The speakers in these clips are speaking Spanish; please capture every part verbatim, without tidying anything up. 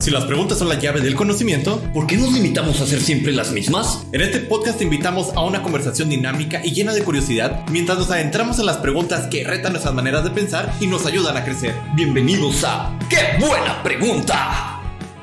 Si las preguntas son la llave del conocimiento, ¿por qué nos limitamos a hacer siempre las mismas? En este podcast te invitamos a una conversación dinámica y llena de curiosidad mientras nos adentramos en las preguntas que retan nuestras maneras de pensar y nos ayudan a crecer. Bienvenidos a ¡Qué buena pregunta!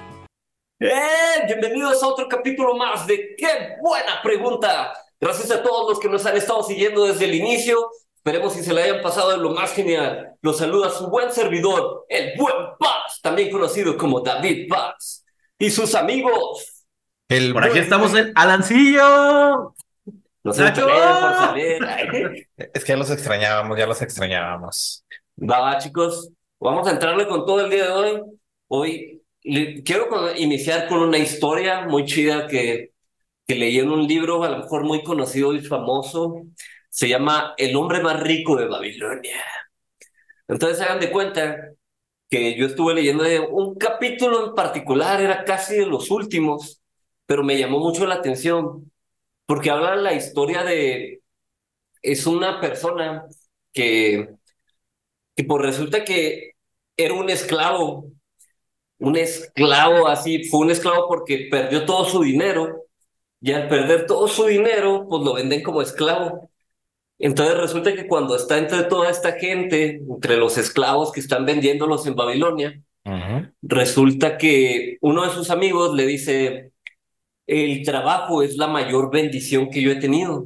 ¡Eh! Bienvenidos a otro capítulo más de ¡Qué buena pregunta! Gracias a todos los que nos han estado siguiendo desde el inicio. Esperemos si se le hayan pasado de lo más genial. Los saluda su buen servidor, el buen Paz, también conocido como David Paz, y sus amigos. El por aquí estamos en Alancillo. No se peleen por salir. Es que ya los extrañábamos, ya los extrañábamos. Va, va, chicos. Vamos a entrarle con todo el día de hoy. Hoy le, quiero iniciar con una historia muy chida que, que leí en un libro, a lo mejor muy conocido y famoso. Se llama El hombre más rico de Babilonia. Entonces se hagan de cuenta que yo estuve leyendo de un capítulo en particular, era casi de los últimos, pero me llamó mucho la atención, porque habla la historia de, es una persona que, que pues resulta que era un esclavo, un esclavo así, fue un esclavo porque perdió todo su dinero, y al perder todo su dinero, pues lo venden como esclavo. Entonces resulta que cuando está entre toda esta gente, entre los esclavos que están vendiéndolos en Babilonia, uh-huh. resulta que uno de sus amigos le dice, el trabajo es la mayor bendición que yo he tenido,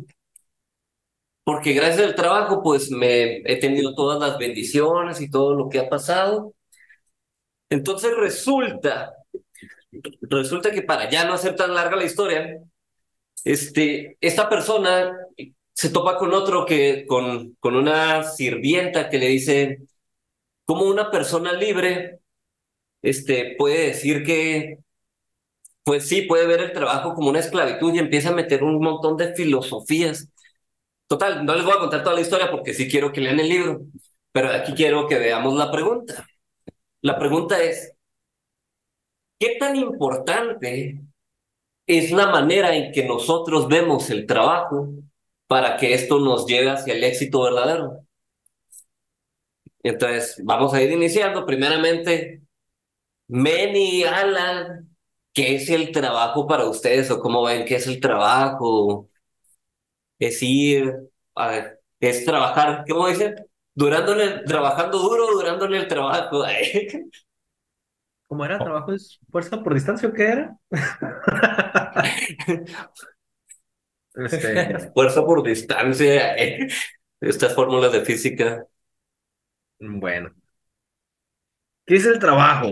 porque gracias al trabajo pues me he tenido todas las bendiciones y todo lo que ha pasado. Entonces resulta, resulta que para ya no hacer tan larga la historia, este, esta persona se topa con otro que, con, con una sirvienta que le dice, ¿cómo una persona libre este, puede decir que, pues sí, puede ver el trabajo como una esclavitud? Y empieza a meter un montón de filosofías. Total, no les voy a contar toda la historia porque sí quiero que lean el libro, pero aquí quiero que veamos la pregunta. La pregunta es, ¿qué tan importante es la manera en que nosotros vemos el trabajo para que esto nos lleve hacia el éxito verdadero? Entonces, vamos a ir iniciando. Primeramente, Men y Alan, ¿qué es el trabajo para ustedes? ¿O cómo ven qué es el trabajo? Es ir, a ver, es trabajar, ¿cómo dicen? Durando en el, trabajando duro, durando en el trabajo. ¿Cómo era? ¿Trabajo es fuerza por distancia o qué era? este... Fuerza por distancia. Estas fórmulas de física. Bueno. ¿Qué es el trabajo?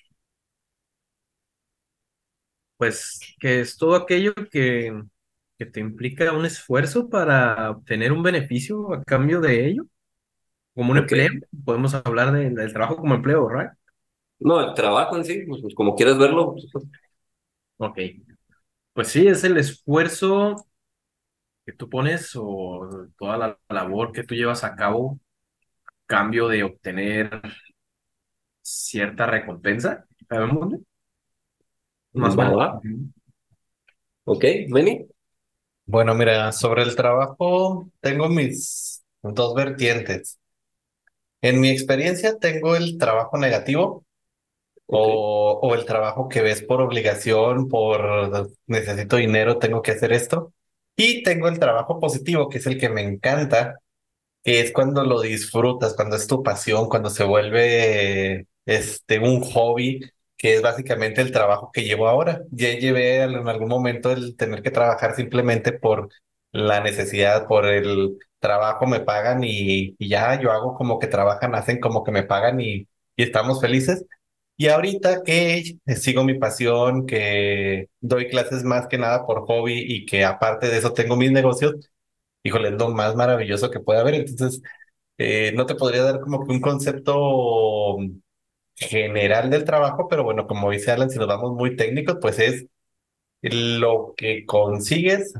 Pues que es todo aquello que, que te implica un esfuerzo para obtener un beneficio a cambio de ello. Como un okay. empleo. Podemos hablar de, del trabajo como empleo, ¿right? No, el trabajo en sí, pues, como quieras verlo. Ok. Pues sí, es el esfuerzo que tú pones o toda la labor que tú llevas a cabo a cambio de obtener cierta recompensa. ¿Sabemos? Más o menos. Ok, Benny. Bueno, mira, sobre el trabajo tengo mis dos vertientes. En mi experiencia tengo el trabajo negativo okay. o, o el trabajo que ves por obligación, por necesito dinero, tengo que hacer esto. Y tengo el trabajo positivo, que es el que me encanta, que es cuando lo disfrutas, cuando es tu pasión, cuando se vuelve este, un hobby, que es básicamente el trabajo que llevo ahora. Ya llevé en algún momento el tener que trabajar simplemente por la necesidad, por el trabajo me pagan y, y ya yo hago como que trabajan, hacen como que me pagan y, y estamos felices. Y ahorita que sigo mi pasión, que doy clases más que nada por hobby y que aparte de eso tengo mis negocios, híjole, es lo más maravilloso que puede haber. Entonces, eh, no te podría dar como que un concepto general del trabajo, pero bueno, como dice Alan, si nos vamos muy técnicos, pues es lo que consigues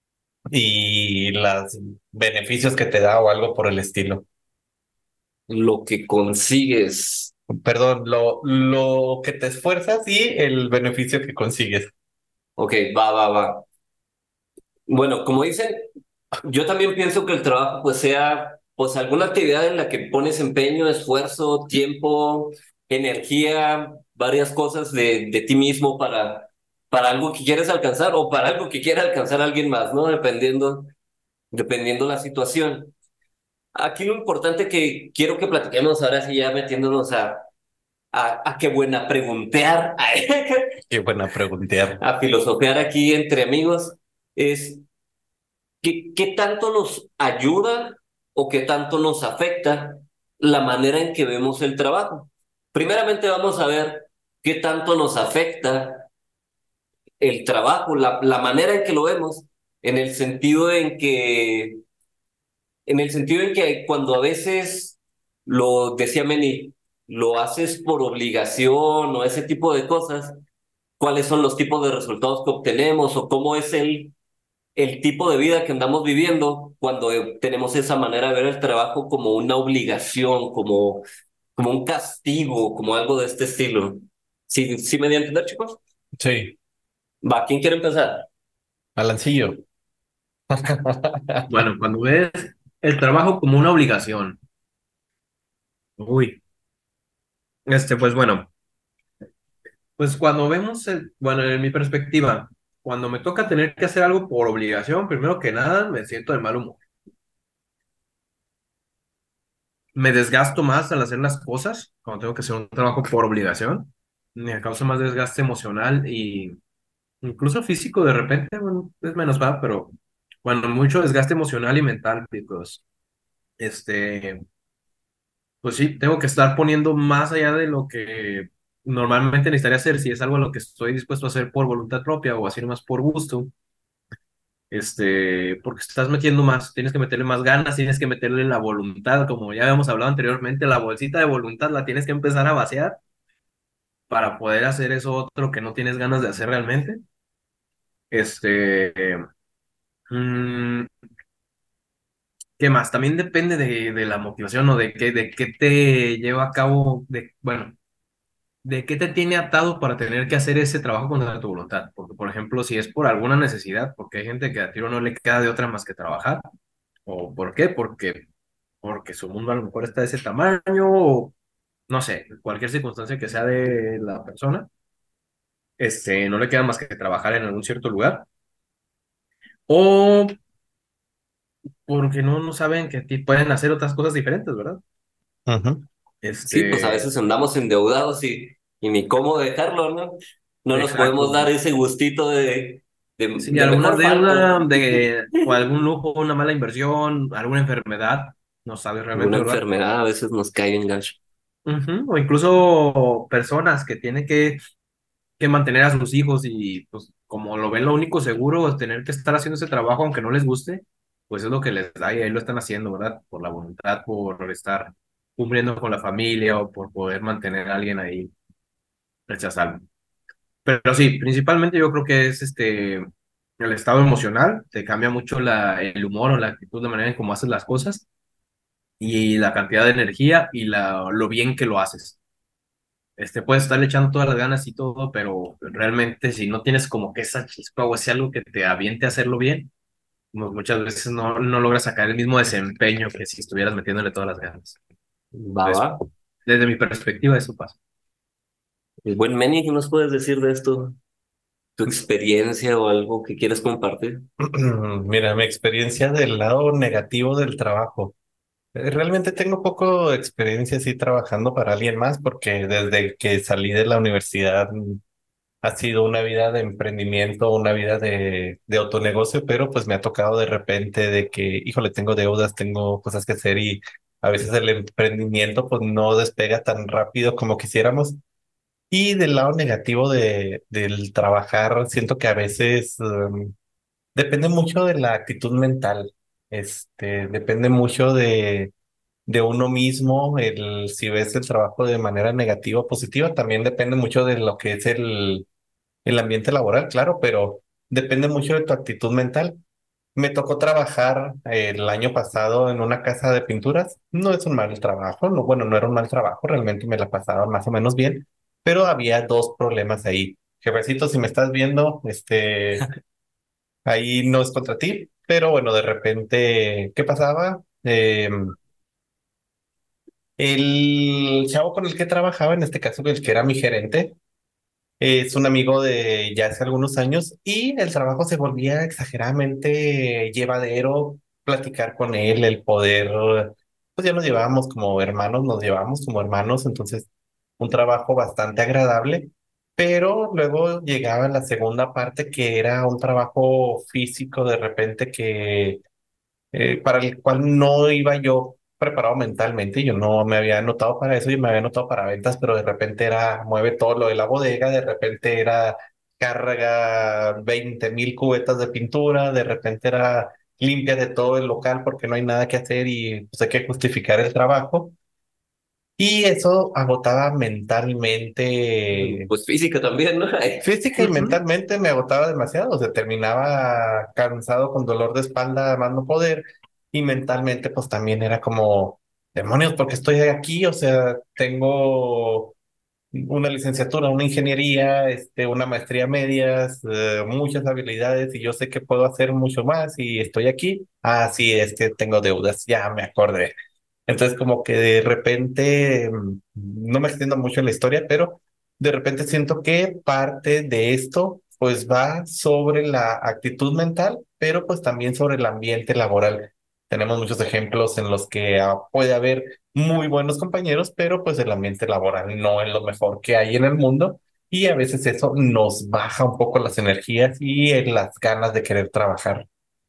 y los beneficios que te da o algo por el estilo. Lo que consigues. Perdón, lo, lo que te esfuerzas y el beneficio que consigues. Ok, va, va, va. Bueno, como dicen, yo también pienso que el trabajo pues sea pues alguna actividad en la que pones empeño, esfuerzo, tiempo, energía, varias cosas de, de ti mismo para, para algo que quieres alcanzar o para algo que quiere alcanzar alguien más, ¿no? Dependiendo, dependiendo la situación. Aquí lo importante que quiero que platiquemos ahora sí ya metiéndonos a, a, a qué buena preguntear, Qué buena pregunta. a filosofear aquí entre amigos, es ¿qué, qué tanto nos ayuda o qué tanto nos afecta la manera en que vemos el trabajo? Primeramente vamos a ver qué tanto nos afecta el trabajo, la, la manera en que lo vemos, en el sentido en que, en el sentido en que cuando a veces lo decía Meni, lo haces por obligación o ese tipo de cosas, cuáles son los tipos de resultados que obtenemos o cómo es el el tipo de vida que andamos viviendo cuando eh, tenemos esa manera de ver el trabajo como una obligación, como, como un castigo, como algo de este estilo. ¿Sí, sí me di a entender, chicos? Sí, Va, ¿quién quiere empezar? Alancillo. Bueno, cuando ves el trabajo como una obligación. Uy, este, pues bueno, pues cuando vemos, el- bueno, en mi perspectiva, cuando me toca tener que hacer algo por obligación, primero que nada me siento de mal humor. Me desgasto más al hacer las cosas, cuando tengo que hacer un trabajo por obligación. Me causa más desgaste emocional y incluso físico de repente, bueno, es menos va, pero bueno, mucho desgaste emocional y mental, pues, este, pues sí, tengo que estar poniendo más allá de lo que normalmente necesitaría hacer, si es algo a lo que estoy dispuesto a hacer por voluntad propia o hacer más por gusto, este, porque estás metiendo más, tienes que meterle más ganas, tienes que meterle la voluntad, como ya habíamos hablado anteriormente, la bolsita de voluntad la tienes que empezar a vaciar para poder hacer eso otro que no tienes ganas de hacer realmente. Este, mm, ¿qué más? También depende de, de la motivación o de qué, de qué te lleva a cabo, de, bueno, de qué te tiene atado para tener que hacer ese trabajo contra tu voluntad. Porque, por ejemplo, si es por alguna necesidad, porque hay gente que a tiro no le queda de otra más que trabajar, o ¿por qué? Porque, porque su mundo a lo mejor está de ese tamaño, o no sé, cualquier circunstancia que sea de la persona, este, no le queda más que trabajar en algún cierto lugar, o porque no, no saben que ti- pueden hacer otras cosas diferentes, ¿verdad? Ujú. Sí, pues a Este, veces andamos endeudados y, y ni cómo dejarlo, ¿no? No nos podemos exacto. dar ese gustito de, de, Sí, de alguna mejor falta. deuda de, o algún lujo, una mala inversión, alguna enfermedad, no sabes Alguna realmente, ¿verdad? enfermedad a veces nos cae en gacho. Ujú. O incluso personas que tienen que, que mantener a sus hijos y pues como lo ven lo único seguro es tener que estar haciendo ese trabajo aunque no les guste, pues es lo que les da y ahí lo están haciendo, ¿verdad? Por la voluntad, por estar cumpliendo con la familia o por poder mantener a alguien ahí rechazarlo. Pero sí, principalmente yo creo que es este el estado emocional, te cambia mucho la, el humor o la actitud, de manera en cómo haces las cosas y la cantidad de energía y la, lo bien que lo haces. Este, puedes estarle echando todas las ganas y todo, pero realmente si no tienes como que esa chispa o ese algo que te aviente a hacerlo bien, pues muchas veces no, no logras sacar el mismo desempeño que si estuvieras metiéndole todas las ganas. Va, va. Entonces, desde mi perspectiva, eso pasa. El buen Manny, ¿qué nos puedes decir de esto? ¿Tu experiencia o algo que quieras compartir? Mira, mi experiencia del lado negativo del trabajo. Eh, Realmente tengo poco experiencia así trabajando para alguien más porque desde que salí de la universidad mm, ha sido una vida de emprendimiento, una vida de, de autonegocio, pero pues me ha tocado de repente de que, híjole, tengo deudas, tengo cosas que hacer y a veces el emprendimiento pues no despega tan rápido como quisiéramos. Y del lado negativo de, del trabajar, siento que a veces em, depende mucho de la actitud mental. Este, depende mucho de, de uno mismo, el si ves el trabajo de manera negativa o positiva, también depende mucho de lo que es el, el ambiente laboral, claro, pero depende mucho de tu actitud mental. Me tocó trabajar el año pasado en una casa de pinturas. No es un mal trabajo, no, bueno, no era un mal trabajo, realmente me la pasaba más o menos bien, pero había dos problemas ahí. Jefecito, si me estás viendo, este, ahí no es contra ti, pero bueno, de repente, ¿qué pasaba? Em, El chavo con el que trabajaba, en este caso el que era mi gerente, es un amigo de ya hace algunos años y el trabajo se volvía exageradamente llevadero, platicar con él, el poder, pues ya nos llevábamos como hermanos, nos llevábamos como hermanos, entonces un trabajo bastante agradable, pero luego llegaba la segunda parte que era un trabajo físico de repente que eh, para el cual no iba yo preparado mentalmente, yo no me había anotado para eso, yo me había anotado para ventas, pero de repente era mueve todo lo de la bodega, de repente era carga veinte mil cubetas de pintura, de repente era limpia de todo el local porque no hay nada que hacer y pues hay que justificar el trabajo. Y eso agotaba mentalmente. Pues física también, ¿no? Física y Ujú. mentalmente me agotaba demasiado, o sea, terminaba cansado con dolor de espalda, a más no poder, y mentalmente pues también era como, demonios, porque estoy aquí, o sea, tengo una licenciatura, una ingeniería, este, una maestría a medias, eh, muchas habilidades y yo sé que puedo hacer mucho más y estoy aquí. Ah, sí, es que tengo deudas, ya me acordé. Entonces, como que de repente, mm, no me extiendo mucho en la historia, pero de repente siento que parte de esto, pues va sobre la actitud mental, pero pues también sobre el ambiente laboral. Tenemos muchos ejemplos en los que ah, puede haber muy buenos compañeros, pero pues el ambiente laboral no es lo mejor que hay en el mundo y a veces eso nos baja un poco las energías y eh, las ganas de querer trabajar.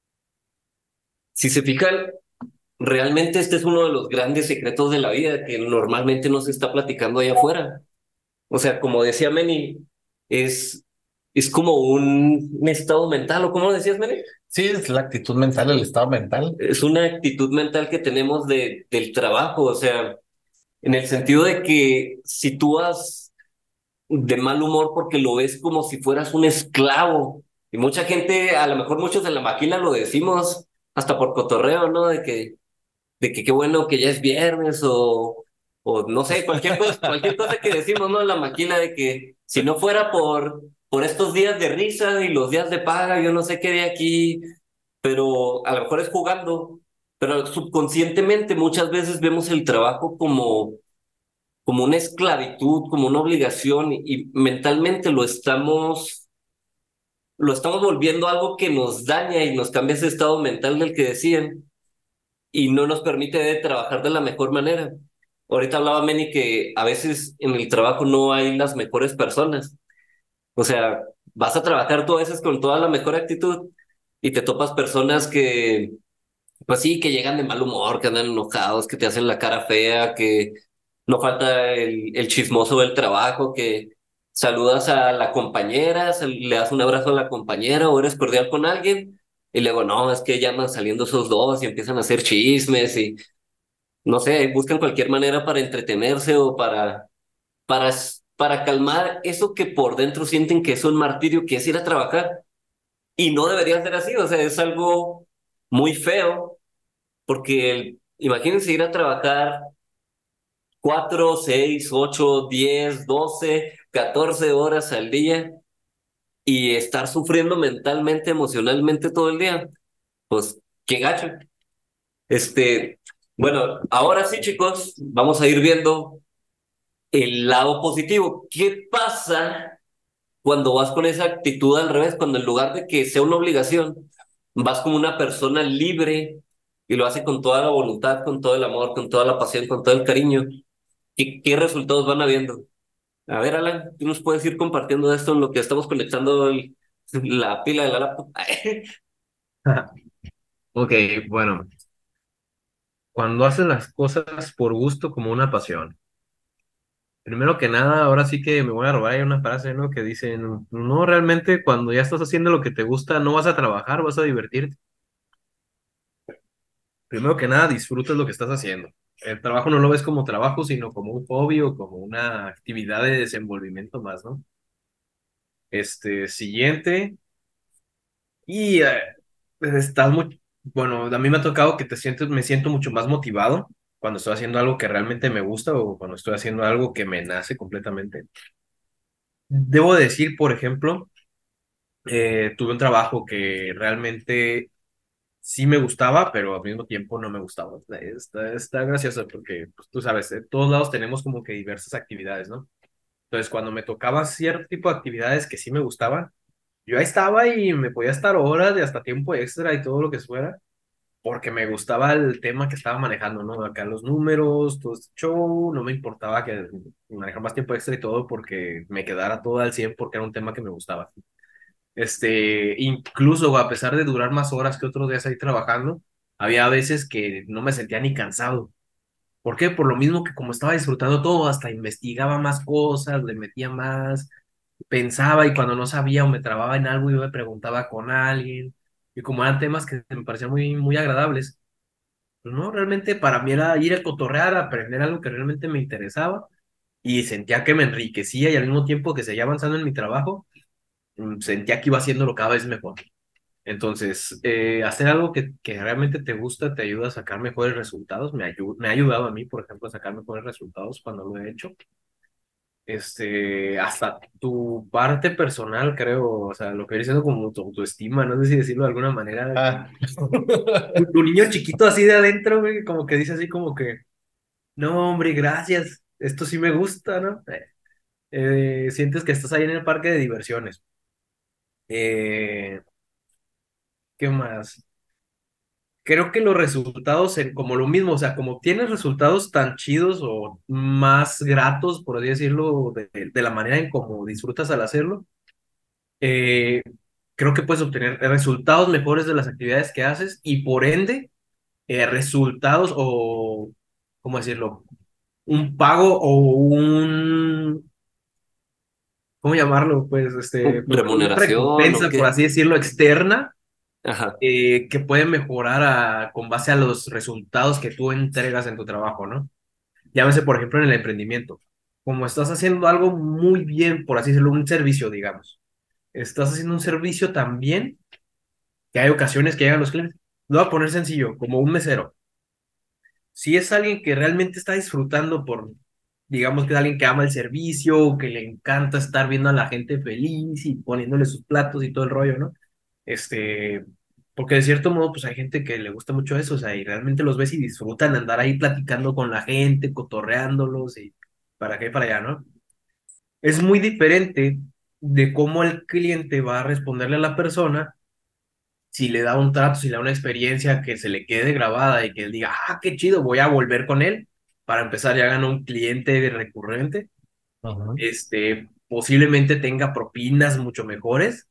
Si se fijan, realmente este es uno de los grandes secretos de la vida que normalmente no se está platicando allá afuera. O sea, como decía Manny, es, es como un, un estado mental, ¿o cómo decías, Manny? Sí, es la actitud mental, el estado mental. Es una actitud mental que tenemos de, del trabajo, o sea, en el sentido de que si tú vas de mal humor porque lo ves como si fueras un esclavo, y mucha gente, a lo mejor muchos en la máquina lo decimos hasta por cotorreo, ¿no? De que de que qué bueno que ya es viernes o, o no sé, cualquier cosa, cualquier cosa que decimos, ¿no? En la máquina de que si no fuera por, por estos días de risa y los días de paga, yo no sé qué de aquí, pero a lo mejor es jugando, pero subconscientemente muchas veces vemos el trabajo como, como una esclavitud, como una obligación y mentalmente lo estamos, lo estamos volviendo algo que nos daña y nos cambia ese estado mental del que decían y no nos permite trabajar de la mejor manera. Ahorita hablaba Manny que a veces en el trabajo no hay las mejores personas. O sea, vas a trabajar tú a veces con toda la mejor actitud y te topas personas que, pues sí, que llegan de mal humor, que andan enojados, que te hacen la cara fea, que no falta el, el chismoso del trabajo, que saludas a la compañera, sal- le das un abrazo a la compañera o eres cordial con alguien. Y luego, no, es que ya andan saliendo esos dos y empiezan a hacer chismes y no sé, buscan cualquier manera para entretenerse o para, para, para calmar eso que por dentro sienten que es un martirio, que es ir a trabajar. Y no debería ser así, o sea, es algo muy feo, porque el- imagínense ir a trabajar cuatro, seis, ocho, diez, doce, catorce horas al día y estar sufriendo mentalmente, emocionalmente todo el día. Pues, qué gacho. Este, bueno, ahora sí, chicos, vamos a ir viendo el lado positivo. ¿Qué pasa cuando vas con esa actitud al revés? Cuando en lugar de que sea una obligación, vas como una persona libre y lo hace con toda la voluntad, con todo el amor, con toda la pasión, con todo el cariño. ¿Qué, qué resultados van habiendo? A ver, Alan, tú nos puedes ir compartiendo esto en lo que estamos conectando el- la pila de la laptop. Ok, bueno, cuando haces las cosas por gusto como una pasión. Primero que nada, ahora sí que me voy a robar ahí una frase, ¿no? Que dice, no, no, realmente cuando ya estás haciendo lo que te gusta, no vas a trabajar, vas a divertirte. Primero que nada, disfrutas lo que estás haciendo. El trabajo no lo ves como trabajo, sino como un hobby o como una actividad de desenvolvimiento más, ¿no? Este, siguiente, y eh, estás muy, bueno, a mí me ha tocado que te sientes, me siento mucho más motivado cuando estoy haciendo algo que realmente me gusta o cuando estoy haciendo algo que me nace completamente. Debo decir, por ejemplo, eh, tuve un trabajo que realmente sí me gustaba, pero al mismo tiempo no me gustaba. Está, está gracioso porque, pues, tú sabes, en todos lados tenemos como que diversas actividades, ¿no? Entonces, cuando me tocaba cierto tipo de actividades que sí me gustaban, yo ahí estaba y me podía estar horas y hasta tiempo extra y todo lo que fuera, porque me gustaba el tema que estaba manejando, ¿no? Acá los números, todo este show, no me importaba que manejar más tiempo extra y todo porque me quedara todo al cien porque era un tema que me gustaba. Este, incluso a pesar de durar más horas que otros días ahí trabajando, había veces que no me sentía ni cansado. ¿Por qué? Por lo mismo que como estaba disfrutando todo, hasta investigaba más cosas, le metía más, pensaba y cuando no sabía o me trababa en algo, yo me preguntaba con alguien. Y como eran temas que me parecían muy, muy agradables, pues no, realmente para mí era ir a cotorrear, a aprender algo que realmente me interesaba y sentía que me enriquecía y al mismo tiempo que seguía avanzando en mi trabajo, mm, sentía que iba haciéndolo cada vez mejor. Entonces, eh, hacer algo que, que realmente te gusta te ayuda a sacar mejores resultados. Me, ayu- me ha ayudado a mí, por ejemplo, a sacar mejores resultados cuando lo he hecho. Este, hasta tu parte personal, creo, o sea, lo que viene siendo como tu autoestima, no sé si decirlo de alguna manera. Ah. Tu, tu niño chiquito así de adentro, güey, como que dice así como que, no, hombre, gracias, esto sí me gusta, ¿no? Eh, eh, sientes que estás ahí en el parque de diversiones. Eh, ¿qué más? Creo que los resultados, en- como lo mismo, o sea, como tienes resultados tan chidos o más gratos, por así decirlo, de, de la manera en cómo disfrutas al hacerlo, eh, creo que puedes obtener resultados mejores de las actividades que haces y por ende, eh, resultados o, ¿cómo decirlo? Un pago o un, ¿cómo llamarlo? Pues, este, pues una ¿Remuneración o recompensa, por qué? así decirlo, externa, Ajá. eh, que puede mejorar a- con base a los resultados que tú entregas en tu trabajo, ¿no? Llámese, por ejemplo, en el emprendimiento. Como estás haciendo algo muy bien, por así decirlo, un servicio, digamos. Estás haciendo un servicio tan bien que hay ocasiones que llegan los clientes. Lo voy a poner sencillo, como un mesero. Si es alguien que realmente está disfrutando por, digamos que es alguien que ama el servicio, que le encanta estar viendo a la gente feliz y poniéndole sus platos y todo el rollo, ¿no? Este, porque de cierto modo, pues hay gente que le gusta mucho eso, o sea, y realmente los ves y disfrutan andar ahí platicando con la gente, cotorreándolos y para acá y para allá, ¿no? Es muy diferente de cómo el cliente va a responderle a la persona si le da un trato, si le da una experiencia que se le quede grabada y que él diga, ah, qué chido, voy a volver con él. Para empezar, ya gana un cliente recurrente. Ujú. Este, posiblemente tenga propinas mucho mejores.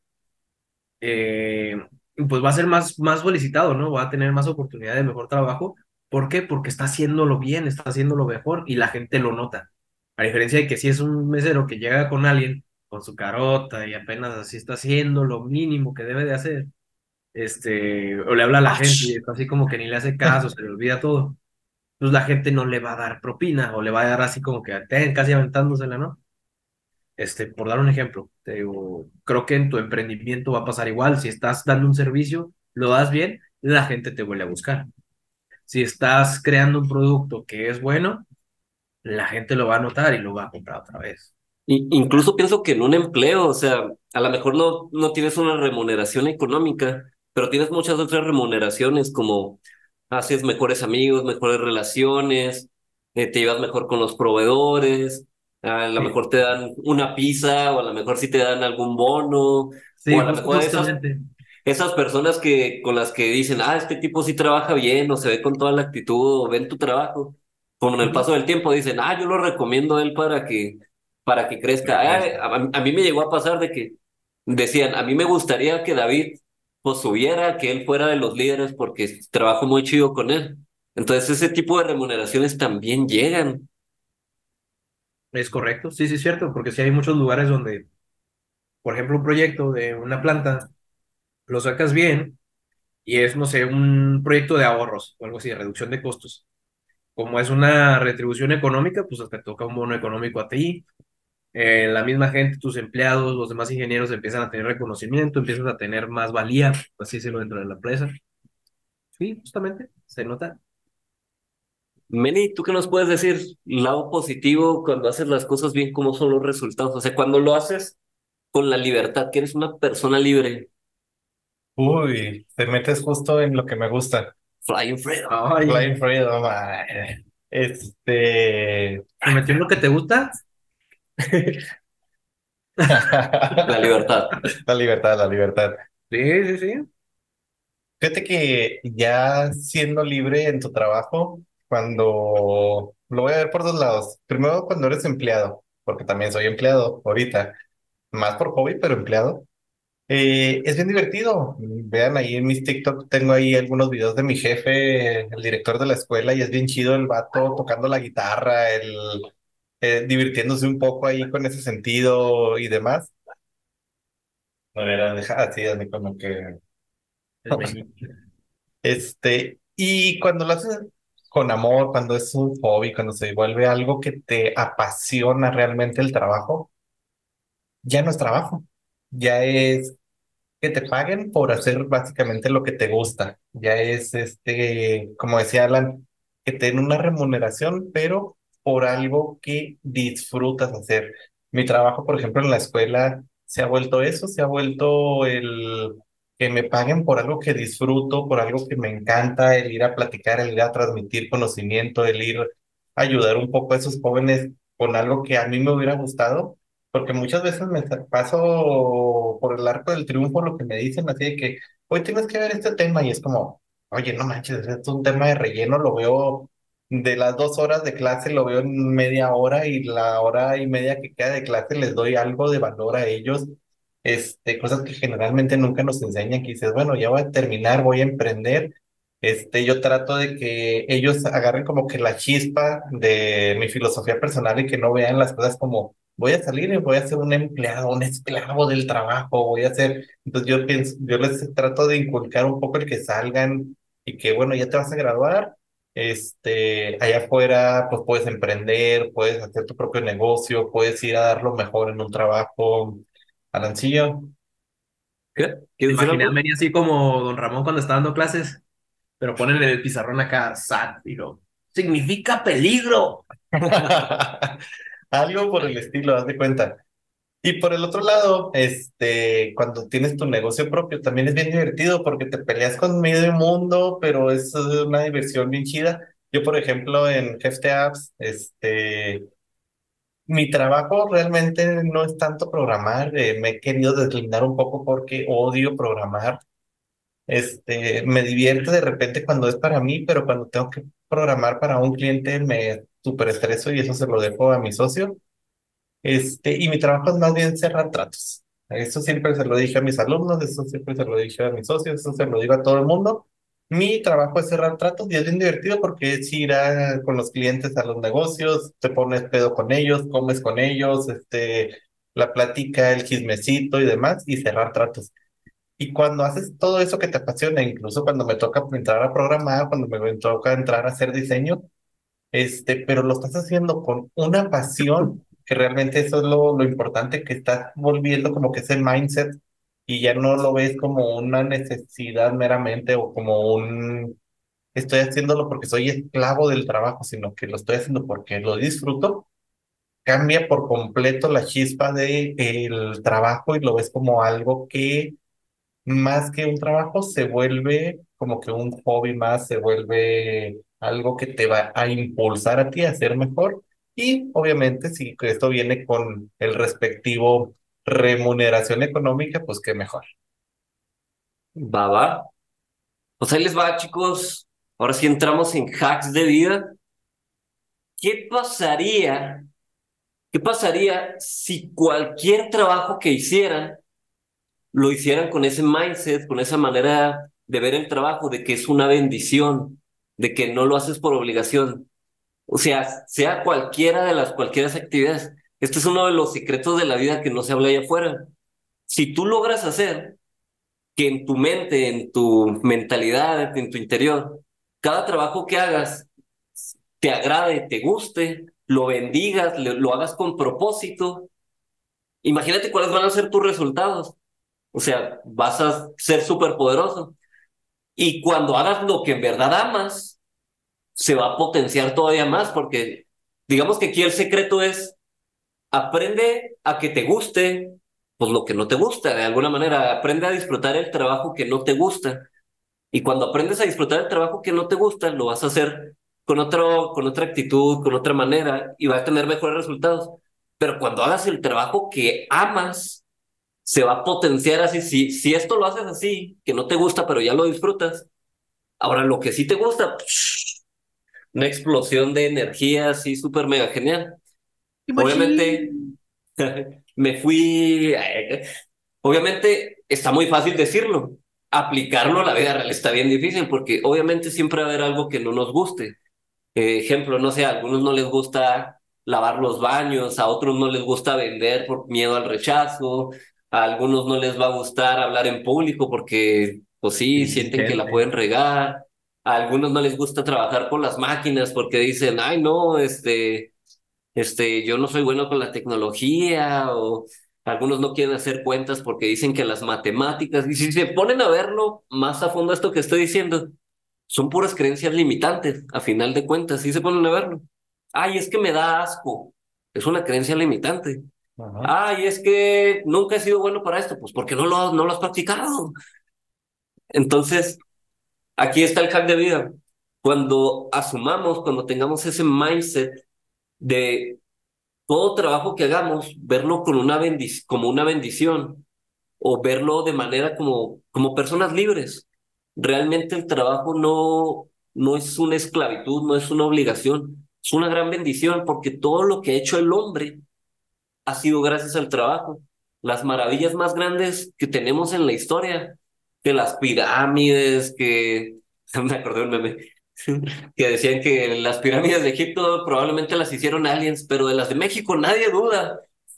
eh, pues va a ser más, más solicitado, ¿no? Va a tener más oportunidad de mejor trabajo. ¿Por qué? Porque está haciéndolo bien, está haciéndolo mejor y la gente lo nota. A diferencia de que si es un mesero que llega con alguien con su carota y apenas así está haciendo lo mínimo que debe de hacer, este, o le habla a la gente y Ach. está así como que ni le hace caso, se le olvida todo, pues la gente no le va a dar propina o le va a dar así como que "Ten", casi aventándosela, ¿no? Este, por dar un ejemplo, te digo, creo que en tu emprendimiento va a pasar igual, si estás dando un servicio, lo das bien, la gente te vuelve a buscar. Si estás creando un producto que es bueno, la gente lo va a notar y lo va a comprar otra vez. Y, incluso pienso que en un empleo, o sea, a lo mejor no, no tienes una remuneración económica, pero tienes muchas otras remuneraciones como haces mejores amigos, mejores relaciones, eh, te llevas mejor con los proveedores, a lo Sí, mejor te dan una pizza o a lo mejor sí te dan algún bono, o sí, a lo jus- mejor esas, justamente. esas personas que con las que dicen, ah, este tipo sí trabaja bien o se ve con toda la actitud o ven tu trabajo, con el Ujú. paso del tiempo dicen, ah, yo lo recomiendo a él para que para que Para crezca. que Ah, crezca. a, a mí me llegó a pasar de que decían, a mí me gustaría que David pues subiera, que él fuera de los líderes porque trabajo muy chido con él. Entonces ese tipo de remuneraciones también llegan. Es correcto, sí, sí, es cierto, porque sí hay muchos lugares donde, por ejemplo, un proyecto de una planta, lo sacas bien y es, no sé, un proyecto de ahorros o algo así, de reducción de costos. Como es una retribución económica, pues te toca un bono económico a ti. Eh, la misma gente, tus empleados, los demás ingenieros empiezan a tener reconocimiento, empiezas a tener más valía, así decirlo, dentro de la empresa. Sí, justamente, se nota. Meni, ¿tú qué nos puedes decir? Lado positivo cuando haces las cosas bien, ¿cómo son los resultados? O sea, cuando lo haces con la libertad, que eres una persona libre. Uy, te metes justo en lo que me gusta. Flying Freedom. Ay, Blind Freedom. Ay, Este. ¿me metió en lo que te gusta? La libertad. La libertad, la libertad. Sí, sí, sí. Fíjate que ya siendo libre en tu trabajo, cuando lo voy a ver por dos lados. Primero, cuando eres empleado, porque también soy empleado ahorita, más por hobby, pero empleado. Eh, es bien divertido. Vean ahí en mis TikTok, tengo ahí algunos videos de mi jefe, el director de la escuela, y es bien chido el vato tocando la guitarra, el eh, divirtiéndose un poco ahí con ese sentido y demás. No era dejar así, así como que El Benny. este, y cuando lo haces con amor, cuando es un hobby, cuando se vuelve algo que te apasiona realmente el trabajo, ya no es trabajo, ya es que te paguen por hacer básicamente lo que te gusta. Ya es este, como decía Alan, que te den una remuneración, pero por algo que disfrutas hacer. Mi trabajo, por ejemplo, en la escuela se ha vuelto eso, se ha vuelto el que me paguen por algo que disfruto, por algo que me encanta, el ir a platicar, el ir a transmitir conocimiento, el ir a ayudar un poco a esos jóvenes con algo que a mí me hubiera gustado porque muchas veces me sa- paso por el arco del triunfo lo que me dicen así de que hoy tienes que ver este tema y es como, oye, no manches, esto es un tema de relleno, lo veo de las dos horas de clase, lo veo en media hora y la hora y media que queda de clase les doy algo de valor a ellos, este, cosas que generalmente nunca nos enseñan, que dices, bueno, ya voy a terminar, voy a emprender. Este, yo trato de que ellos agarren como que la chispa de mi filosofía personal y que no vean las cosas como voy a salir y voy a ser un empleado, un esclavo del trabajo, voy a ser, entonces yo pienso, yo les trato de inculcar un poco el que salgan y que bueno, ya te vas a graduar, este, allá afuera pues puedes emprender, puedes hacer tu propio negocio, puedes ir a dar lo mejor en un trabajo, Alancillo. ¿Qué? ¿Quieres decir Imaginé a algo? Meni así como Don Ramón cuando está dando clases, pero ponen en el pizarrón acá, S A T, digo, significa peligro. Algo por el estilo, haz de cuenta. Y por el otro lado, este, cuando tienes tu negocio propio, también es bien divertido porque te peleas con medio mundo, pero es eh, una diversión bien chida. Yo, por ejemplo, en Hefte Apps, este, mi trabajo realmente no es tanto programar, eh, me he querido deslindar un poco porque odio programar. Este, me divierte de repente cuando es para mí, pero cuando tengo que programar para un cliente me súper estreso y eso se lo dejo a mi socio. Este, y mi trabajo es más bien cerrar tratos. Eso siempre se lo dije a mis alumnos, eso siempre se lo dije a mis socios, eso se lo digo a todo el mundo. Mi trabajo es cerrar tratos y es bien divertido porque es ir a- con los clientes a los negocios, te pones pedo con ellos, comes con ellos, este, la plática, el chismecito y demás, y cerrar tratos. Y cuando haces todo eso que te apasiona, incluso cuando me toca entrar a programar, cuando me toca entrar a hacer diseño, este, pero lo estás haciendo con una pasión, que realmente eso es lo, lo importante, que estás volviendo como que ese mindset y ya no lo ves como una necesidad meramente o como un estoy haciéndolo porque soy esclavo del trabajo, sino que lo estoy haciendo porque lo disfruto. Cambia por completo la chispa de el trabajo y lo ves como algo que más que un trabajo, se vuelve como que un hobby más, se vuelve algo que te va a impulsar a ti a ser mejor. Y obviamente, si esto viene con el respectivo remuneración económica, pues qué mejor. Va, va. Pues ahí les va, chicos. Ahora sí entramos en hacks de vida. ¿Qué pasaría? ¿Qué pasaría si cualquier trabajo que hicieran lo hicieran con ese mindset, con esa manera de ver el trabajo, de que es una bendición, de que no lo haces por obligación? O sea, sea cualquiera de las cualquiera actividades. Este es uno de los secretos de la vida que no se habla allá afuera. Si tú logras hacer que en tu mente, en tu mentalidad, en tu interior, cada trabajo que hagas te agrade, te guste, lo bendigas, le- lo hagas con propósito, imagínate cuáles van a ser tus resultados. O sea, vas a ser súper poderoso. Y cuando hagas lo que en verdad amas, se va a potenciar todavía más, porque digamos que aquí el secreto es aprende a que te guste, pues lo que no te gusta, de alguna manera. Aprende a disfrutar el trabajo que no te gusta. Y cuando aprendes a disfrutar el trabajo que no te gusta, lo vas a hacer con otro, con otra actitud, con otra manera, y vas a tener mejores resultados. Pero cuando hagas el trabajo que amas, se va a potenciar así. Si, si esto lo haces así, que no te gusta, pero ya lo disfrutas, ahora lo que sí te gusta, psh, una explosión de energía así súper mega genial. ¡Qué Obviamente, machín! me fui. eh, Obviamente está muy fácil decirlo. Aplicarlo a la vida real está bien difícil porque obviamente siempre va a haber algo que no nos guste. Eh, ejemplo, no sé, a algunos no les gusta lavar los baños, a otros no les gusta vender por miedo al rechazo, a algunos no les va a gustar hablar en público porque, pues sí, sienten que la Inteligente. pueden regar, a algunos no les gusta trabajar con las máquinas porque dicen, ay, no, este este, yo no soy bueno con la tecnología, o algunos no quieren hacer cuentas porque dicen que las matemáticas, y si se ponen a verlo más a fondo esto que estoy diciendo, son puras creencias limitantes, a final de cuentas, si se ponen a verlo. Ay, es que me da asco, es una creencia limitante. Ajá. Ay, es que nunca he sido bueno para esto, pues porque no lo, no lo has practicado. Entonces, aquí está el hack de vida. Cuando asumamos, cuando tengamos ese mindset de todo trabajo que hagamos, verlo con una bendic- como una bendición o verlo de manera como, como personas libres. Realmente el trabajo no, no es una esclavitud, no es una obligación, es una gran bendición porque todo lo que ha hecho el hombre ha sido gracias al trabajo. Las maravillas más grandes que tenemos en la historia, que las pirámides, que... Me acordé de un meme, que decían que las pirámides de Egipto probablemente las hicieron aliens, pero de las de México nadie duda.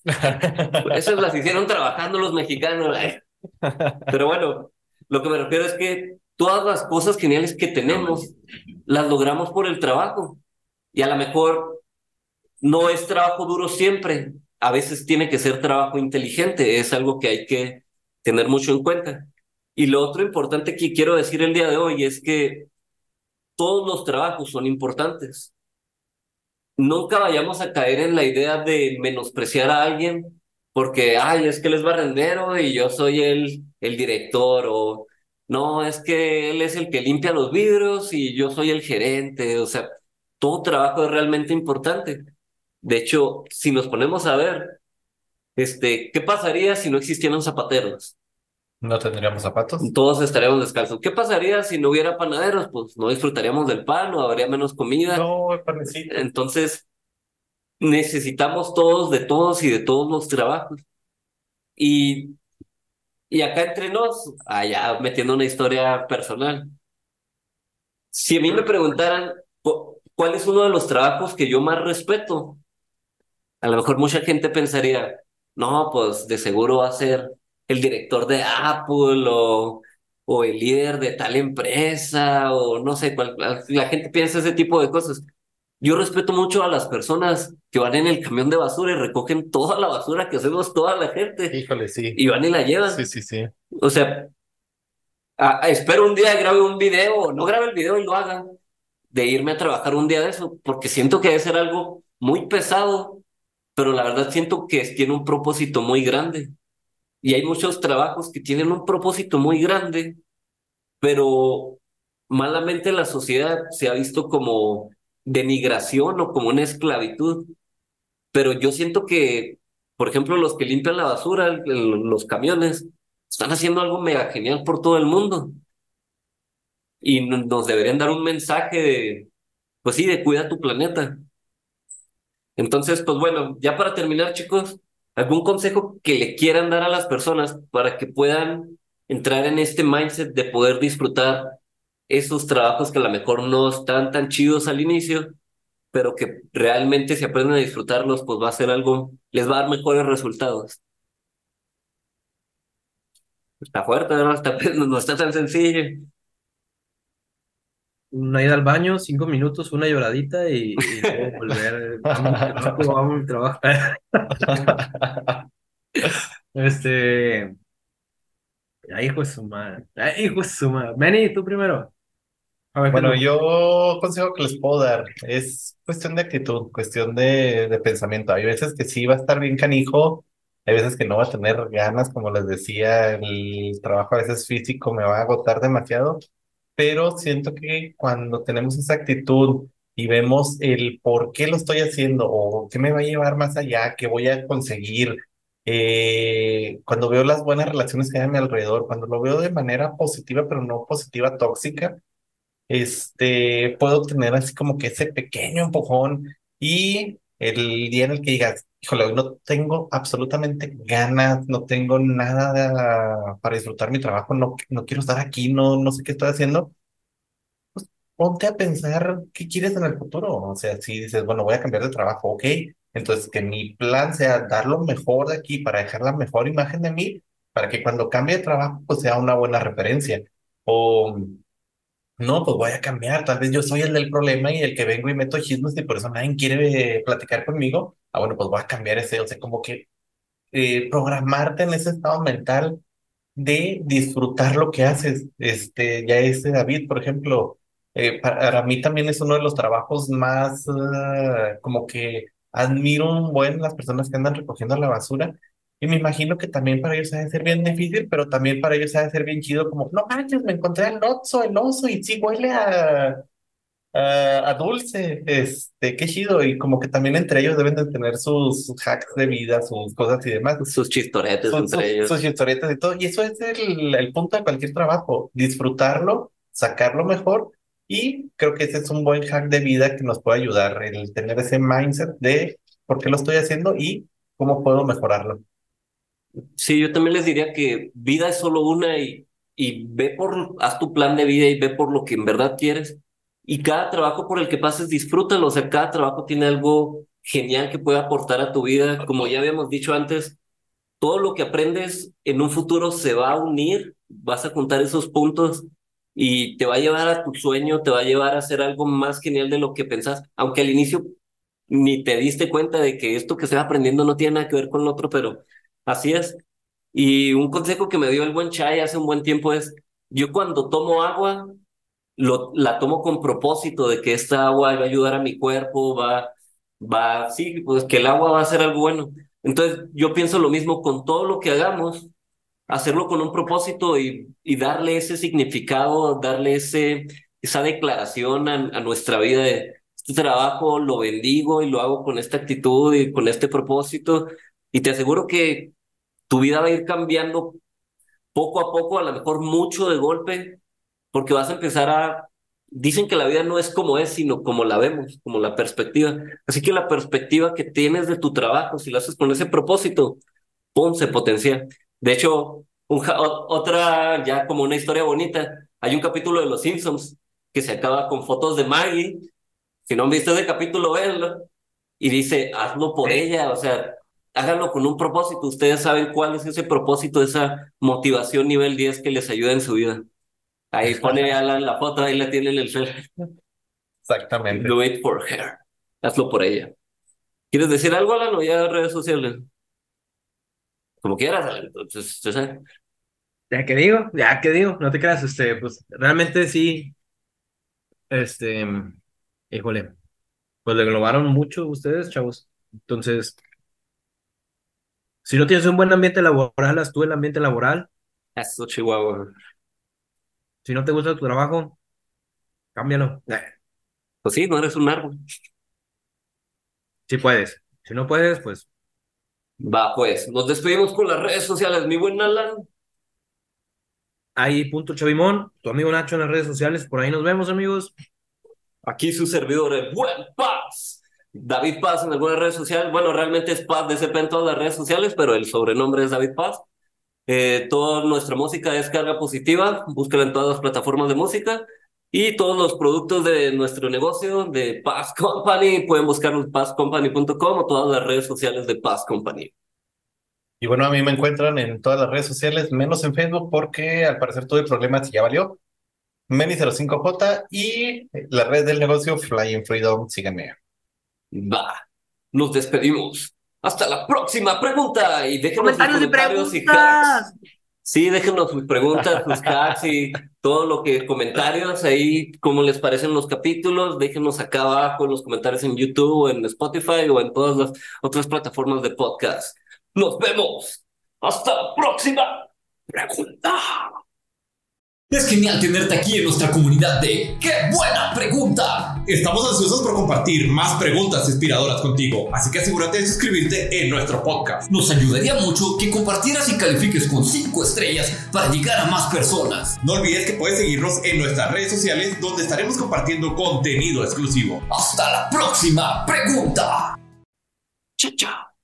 Esas las hicieron trabajando los mexicanos. Ay. Pero bueno, lo que me refiero es que todas las cosas geniales que tenemos las logramos por el trabajo. Y a lo mejor no es trabajo duro siempre. A veces tiene que ser trabajo inteligente. Es algo que hay que tener mucho en cuenta. Y lo otro importante que quiero decir el día de hoy es que todos los trabajos son importantes. Nunca vayamos a caer en la idea de menospreciar a alguien porque, ay, es que él es barrendero y yo soy el, el director, o no, es que él es el que limpia los vidrios y yo soy el gerente. O sea, todo trabajo es realmente importante. De hecho, si nos ponemos a ver, este, ¿qué pasaría si no existieran zapateros? No tendríamos zapatos. Todos estaríamos descalzos. ¿Qué pasaría si no hubiera panaderos? Pues no disfrutaríamos del pan o habría menos comida. No, el panecito. Entonces, necesitamos todos de todos y de todos los trabajos. Y, y acá entre nos, allá metiendo una historia personal, si a mí me preguntaran cu- cuál es uno de los trabajos que yo más respeto, a lo mejor mucha gente pensaría, no, pues de seguro va a ser el director de Apple o, o el líder de tal empresa o no sé, cuál, la la gente piensa ese tipo de cosas. Yo respeto mucho a las personas que van en el camión de basura y recogen toda la basura que hacemos toda la gente Híjole, sí. y van y la Sí, llevan. sí, sí. O sea, a- a- espero un día grabe un video o no grabe el video y lo hagan de irme a trabajar un día de eso, porque siento que debe ser algo muy pesado, pero la verdad siento que es- tiene un propósito muy grande. Y hay muchos trabajos que tienen un propósito muy grande, pero malamente la sociedad se ha visto como denigración o como una esclavitud. Pero yo siento que, por ejemplo, los que limpian la basura, el- el- los camiones, están haciendo algo mega genial por todo el mundo y no- nos deberían dar un mensaje de, pues sí, de cuida tu planeta. Entonces, pues bueno, ya para terminar, chicos, ¿algún consejo que le quieran dar a las personas para que puedan entrar en este mindset de poder disfrutar esos trabajos que a lo mejor no están tan chidos al inicio, pero que realmente si aprenden a disfrutarlos, pues va a ser algo, les va a dar mejores resultados? Está fuerte, ¿no? Está, no está tan sencillo. Una ida al baño, cinco minutos, una lloradita y, y luego volver. Vamos al trabajo, vamos al trabajo. Este. Ay, hijo de su madre. Ay, hijo de su madre. Benny, tú primero. A ver qué Bueno, tú. yo consejo que les puedo dar es cuestión de actitud, cuestión de, de pensamiento. Hay veces que sí va a estar bien canijo hay veces que no voy a tener ganas, como les decía, el trabajo a veces físico me va a agotar demasiado, pero siento que cuando tenemos esa actitud y vemos el por qué lo estoy haciendo o qué me va a llevar más allá, qué voy a conseguir, eh, cuando veo las buenas relaciones que hay a mi alrededor, cuando lo veo de manera positiva, pero no positiva tóxica, este, puedo tener así como que ese pequeño empujón y el día en el que digas, híjole, hoy no tengo absolutamente ganas, no tengo nada para disfrutar mi trabajo, no, no quiero estar aquí, no, no sé qué estoy haciendo, ponte a pensar qué quieres en el futuro. O sea, si dices, bueno, voy a cambiar de trabajo, ok, entonces que mi plan sea dar lo mejor de aquí para dejar la mejor imagen de mí, para que cuando cambie de trabajo, pues sea una buena referencia. O no, pues voy a cambiar. Tal vez yo soy el del problema y el que vengo y meto chismes y por eso nadie quiere eh, platicar conmigo. Ah, bueno, pues voy a cambiar ese. O sea, como que eh, programarte en ese estado mental de disfrutar lo que haces. Este, ya ese David, por ejemplo, eh, para mí también es uno de los trabajos más eh, como que admiro un buen las personas que andan recogiendo la basura. Y me imagino que también para ellos ha de ser bien difícil, pero también para ellos ha de ser bien chido, como, no manches, me encontré al oso, el oso, y sí huele a, a, a dulce, este, qué chido, y como que también entre ellos deben de tener sus hacks de vida, sus cosas y demás. Sus chistoretes Son entre sus, ellos. sus historietas y todo. Y eso es el, el punto de cualquier trabajo, disfrutarlo, sacarlo mejor. Y creo que ese es un buen hack de vida que nos puede ayudar, el tener ese mindset de por qué lo estoy haciendo y cómo puedo mejorarlo. Sí, yo también les diría que vida es solo una y, y ve por, haz tu plan de vida y ve por lo que en verdad quieres. Y cada trabajo por el que pases, disfrútalo. O sea, cada trabajo tiene algo genial que puede aportar a tu vida. Como ya habíamos dicho antes, todo lo que aprendes en un futuro se va a unir, vas a juntar esos puntos y te va a llevar a tu sueño, te va a llevar a hacer algo más genial de lo que pensás, aunque al inicio ni te diste cuenta de que esto que estás aprendiendo no tiene nada que ver con lo otro, pero así es. Y un consejo que me dio el buen Chai hace un buen tiempo es, yo cuando tomo agua, lo, la tomo con propósito de que esta agua va a ayudar a mi cuerpo, va, va, sí, pues que el agua va a hacer algo bueno. Entonces, yo pienso lo mismo con todo lo que hagamos, hacerlo con un propósito y, y darle ese significado, darle ese, esa declaración a, a nuestra vida de este trabajo lo bendigo y lo hago con esta actitud y con este propósito. Y te aseguro que tu vida va a ir cambiando poco a poco, a lo mejor mucho de golpe, porque vas a empezar a... Dicen que la vida no es como es, sino como la vemos, como la perspectiva. Así que la perspectiva que tienes de tu trabajo, si lo haces con ese propósito, ¡pum!, se potencia. De hecho, un ja- o- otra, ya como una historia bonita, hay un capítulo de Los Simpsons que se acaba con fotos de Maggie. Si no han visto ese capítulo, véanlo. Y dice, hazlo por Sí. ella, o sea, háganlo con un propósito. Ustedes saben cuál es ese propósito, esa motivación nivel diez que les ayuda en su vida. Ahí pone Alan la foto, ahí la tiene en el cel. Exactamente. Do it for her. Hazlo por ella. ¿Quieres decir algo, Alan, o ya redes sociales? Como quieras, Alan. Entonces, ya sabes. Ya que digo, ya que digo, no te creas, este, pues realmente sí, este, híjole, pues le englobaron mucho ustedes, chavos. Entonces, si no tienes un buen ambiente laboral, haz tú el ambiente laboral. Eso, Chihuahua. Si no te gusta tu trabajo, cámbialo. Eh, Pues sí, no eres un árbol. Si puedes. Si no puedes, pues Va, pues, nos despedimos con las redes sociales, mi buen Alan. ahí punto Chavimón, tu amigo Nacho en las redes sociales, por ahí nos vemos, amigos. Aquí su servidor, el buen Paz. David Paz en algunas redes sociales. Bueno, realmente es Paz de C P en todas las redes sociales, pero el sobrenombre es David Paz. Eh, toda nuestra música es carga positiva. Búscala en todas las plataformas de música. Y todos los productos de nuestro negocio de Paz Company pueden buscarlos en paz company punto com o todas las redes sociales de Paz Company. Y bueno, a mí me encuentran en todas las redes sociales, menos en Facebook, porque al parecer tuve problemas y ya valió. Meni cero cinco J y la red del negocio Flying Freedom, síganme. Va, nos despedimos. Hasta la próxima pregunta y déjenos sus Comentarios y comentarios y hacks. preguntas. Sí, déjenos sus preguntas, sus hacks y todo lo que comentarios ahí, cómo les parecen los capítulos. Déjenos acá abajo en los comentarios en YouTube o en Spotify o en todas las otras plataformas de podcast. Nos vemos. Hasta la próxima pregunta. Es genial tenerte aquí en nuestra comunidad de ¡Qué buena pregunta! Estamos ansiosos por compartir más preguntas inspiradoras contigo, así que asegúrate de suscribirte en nuestro podcast. Nos ayudaría mucho que compartieras y califiques con cinco estrellas para llegar a más personas. No olvides que puedes seguirnos en nuestras redes sociales, donde estaremos compartiendo contenido exclusivo. ¡Hasta la próxima pregunta! Chao, chao.